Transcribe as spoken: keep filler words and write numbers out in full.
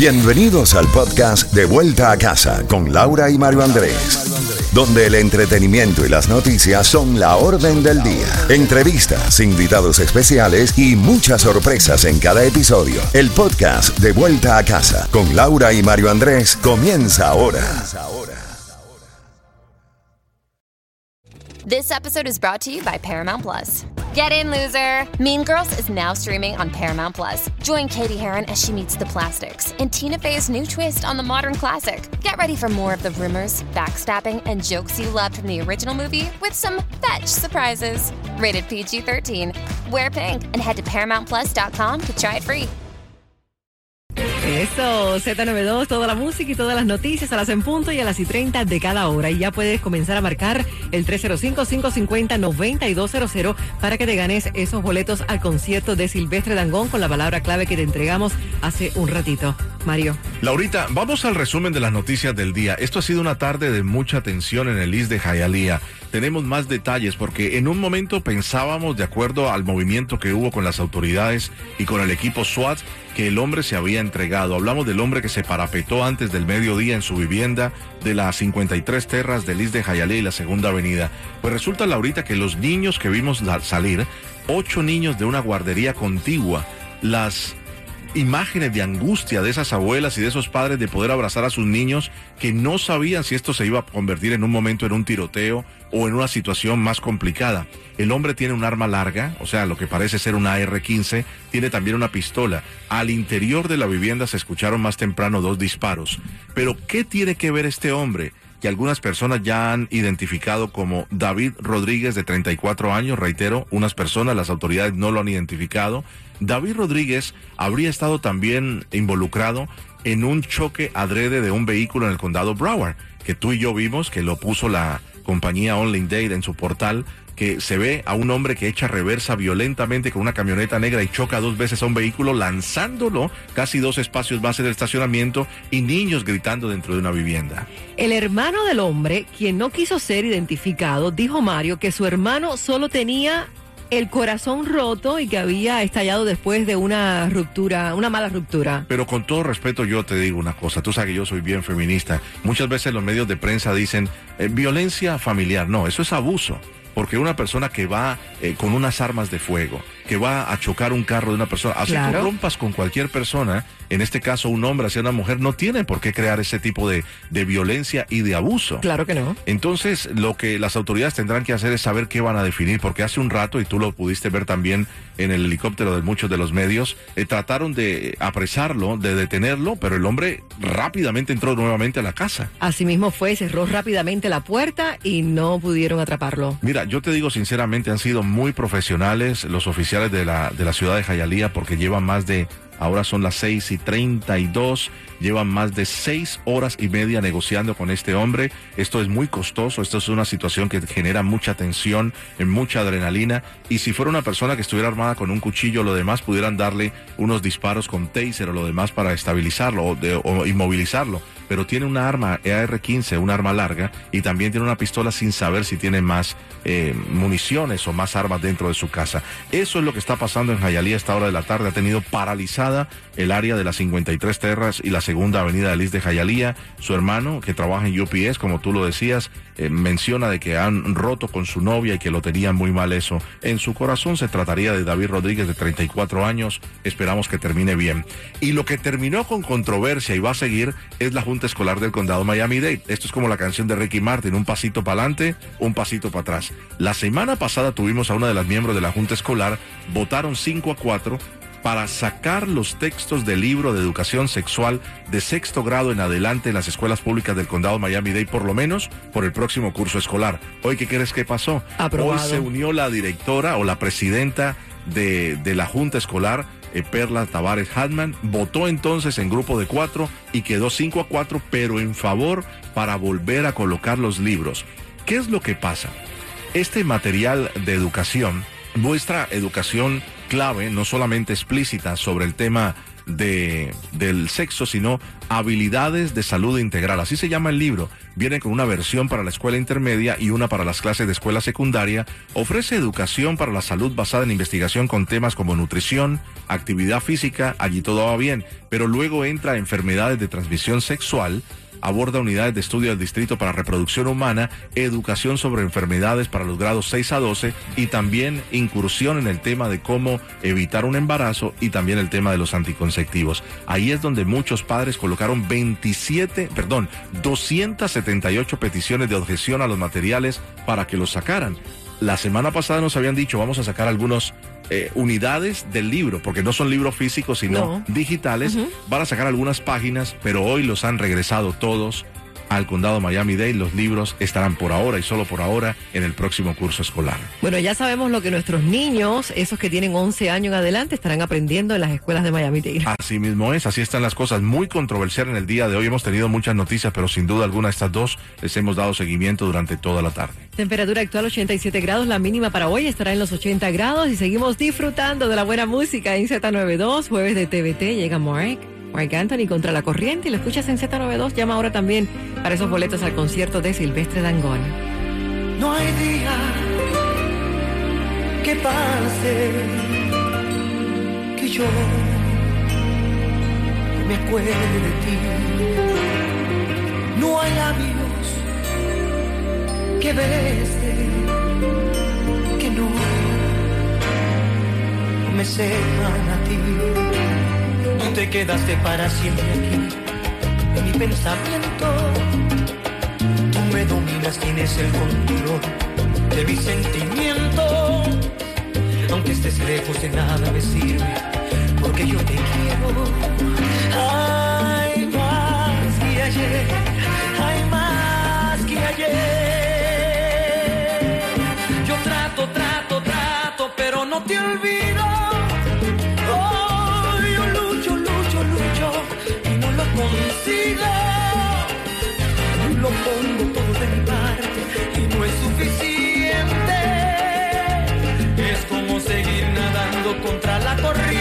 Bienvenidos al podcast De Vuelta a Casa con Laura y Mario Andrés, donde el entretenimiento y las noticias son la orden del día. Entrevistas, invitados especiales y muchas sorpresas en cada episodio. El podcast De Vuelta a Casa con Laura y Mario Andrés comienza ahora. This episode is brought to you by Paramount Plus. Get in, loser! Mean Girls is now streaming on Paramount Plus. Join Katie Heron as she meets the plastics in Tina Fey's new twist on the modern classic. Get ready for more of the rumors, backstabbing, and jokes you loved from the original movie with some fetch surprises. Rated P G thirteen. Wear pink and head to paramount plus dot com to try it free. Eso, Z noventa y dos, toda la música y todas las noticias a las en punto y a las y treinta de cada hora. Y ya puedes comenzar a marcar el tres cero cinco, cinco cinco cero, nueve dos cero cero para que te ganes esos boletos al concierto de Silvestre Dangond con la palabra clave que te entregamos hace un ratito. Mario. Laurita, vamos al resumen de las noticias del día. Esto ha sido una tarde de mucha tensión en el I S de Hialeah. Tenemos más detalles porque en un momento pensábamos, de acuerdo al movimiento que hubo con las autoridades y con el equipo SWAT, que el hombre se había entregado. Hablamos del hombre que se parapetó antes del mediodía en su vivienda de las cincuenta y tres Terras del I S de Hialeah y la Segunda Avenida. Pues resulta, Laurita, que los niños que vimos salir, ocho niños de una guardería contigua, las imágenes de angustia de esas abuelas y de esos padres de poder abrazar a sus niños que no sabían si esto se iba a convertir en un momento en un tiroteo o en una situación más complicada. El hombre tiene un arma larga, o sea, lo que parece ser una A R quince, tiene también una pistola. Al interior de la vivienda se escucharon más temprano dos disparos. Pero, ¿qué tiene que ver este hombre? Que algunas personas ya han identificado como David Rodríguez, de treinta y cuatro años, reitero, unas personas, las autoridades no lo han identificado. David Rodríguez habría estado también involucrado en un choque adrede de un vehículo en el condado Broward, que tú y yo vimos, que lo puso la compañía Online Date en su portal, que se ve a un hombre que echa reversa violentamente con una camioneta negra y choca dos veces a un vehículo, lanzándolo casi dos espacios más en el estacionamiento y niños gritando dentro de una vivienda. El hermano del hombre, quien no quiso ser identificado, dijo, Mario, que su hermano solo tenía el corazón roto y que había estallado después de una ruptura, una mala ruptura. Pero con todo respeto yo te digo una cosa, tú sabes que yo soy bien feminista. Muchas veces los medios de prensa dicen eh, violencia familiar. No, eso es abuso. Porque una persona que va eh, con unas armas de fuego, que va a chocar un carro de una persona, así claro, tú rompas con cualquier persona, en este caso un hombre hacia una mujer, no tiene por qué crear ese tipo de, de violencia y de abuso. Claro que no. Entonces, lo que las autoridades tendrán que hacer es saber qué van a definir, porque hace un rato, y tú lo pudiste ver también en el helicóptero de muchos de los medios, eh, trataron de apresarlo, de detenerlo, pero el hombre rápidamente entró nuevamente a la casa. Así mismo fue, cerró rápidamente la puerta y no pudieron atraparlo. Mira, yo te digo sinceramente, han sido muy profesionales los oficiales de la, de la ciudad de Hialeah, porque llevan más de, ahora son las seis y treinta y dos, llevan más de seis horas y media negociando con este hombre. Esto es muy costoso, esto es una situación que genera mucha tensión, mucha adrenalina, y si fuera una persona que estuviera armada con un cuchillo o lo demás, pudieran darle unos disparos con taser o lo demás para estabilizarlo o, de, o inmovilizarlo. Pero tiene una arma A R quince, un arma larga, y también tiene una pistola sin saber si tiene más eh, municiones o más armas dentro de su casa. Eso es lo que está pasando en Hialeah a esta hora de la tarde. Ha tenido paralizada el área de las cincuenta y tres Terras y la Segunda Avenida del I S de Hialeah. Su hermano, que trabaja en U P S, como tú lo decías, eh, menciona de que han roto con su novia y que lo tenían muy mal eso. En su corazón se trataría de David Rodríguez, de treinta y cuatro años. Esperamos que termine bien. Y lo que terminó con controversia y va a seguir es la Junta Escolar del Condado Miami-Dade. Esto es como la canción de Ricky Martin, un pasito para adelante, un pasito para atrás. La semana pasada tuvimos a una de las miembros de la Junta Escolar, votaron cinco a cuatro para sacar los textos del libro de educación sexual de sexto grado en adelante en las escuelas públicas del condado Miami-Dade, por lo menos por el próximo curso escolar. Hoy, ¿qué crees que pasó? Aprobado. Hoy se unió la directora o la presidenta de, de la Junta Escolar, eh, Perla Tavares Hatman, votó entonces en grupo de cuatro y quedó cinco a cuatro, pero en favor para volver a colocar los libros. ¿Qué es lo que pasa? Este material de educación, nuestra educación clave, no solamente explícita sobre el tema de, del sexo, sino habilidades de salud integral. Así se llama el libro. Viene con una versión para la escuela intermedia y una para las clases de escuela secundaria. Ofrece educación para la salud basada en investigación con temas como nutrición, actividad física, allí todo va bien, pero luego entra enfermedades de transmisión sexual, aborda unidades de estudio del Distrito para Reproducción Humana, educación sobre enfermedades para los grados seis a doce y también incursión en el tema de cómo evitar un embarazo y también el tema de los anticonceptivos. Ahí es donde muchos padres colocaron veintisiete, perdón, doscientas setenta y ocho peticiones de objeción a los materiales para que los sacaran. La semana pasada nos habían dicho, vamos a sacar algunos eh, unidades del libro, porque no son libros físicos, sino no. digitales. Uh-huh. Van a sacar algunas páginas, pero hoy los han regresado todos al condado Miami-Dade. Los libros estarán por ahora y solo por ahora en el próximo curso escolar. Bueno, ya sabemos lo que nuestros niños, esos que tienen once años en adelante, estarán aprendiendo en las escuelas de Miami-Dade. Así mismo es, así están las cosas. Muy controversial en el día de hoy. Hemos tenido muchas noticias, pero sin duda alguna estas dos les hemos dado seguimiento durante toda la tarde. Temperatura actual ochenta y siete grados, la mínima para hoy estará en los ochenta grados y seguimos disfrutando de la buena música en Z noventa y dos, jueves de T V T. Llega Mark. Mark Anthony contra la corriente y lo escuchas en Z noventa y dos. Llama ahora también para esos boletos al concierto de Silvestre Dangond. No hay día que pase que yo me acuerde de ti. No hay labios que bese que no me sepan a ti. Tú te quedaste para siempre aquí en mi pensamiento. Tú me dominas, tienes el control de mis sentimientos. Aunque estés lejos de nada me sirve, porque yo te quiero. Hay más que ayer, hay más que ayer. Yo trato, trato, trato, pero no te olvido. Consigo, lo pongo todo de mi parte y no es suficiente. Es como seguir nadando contra la corriente.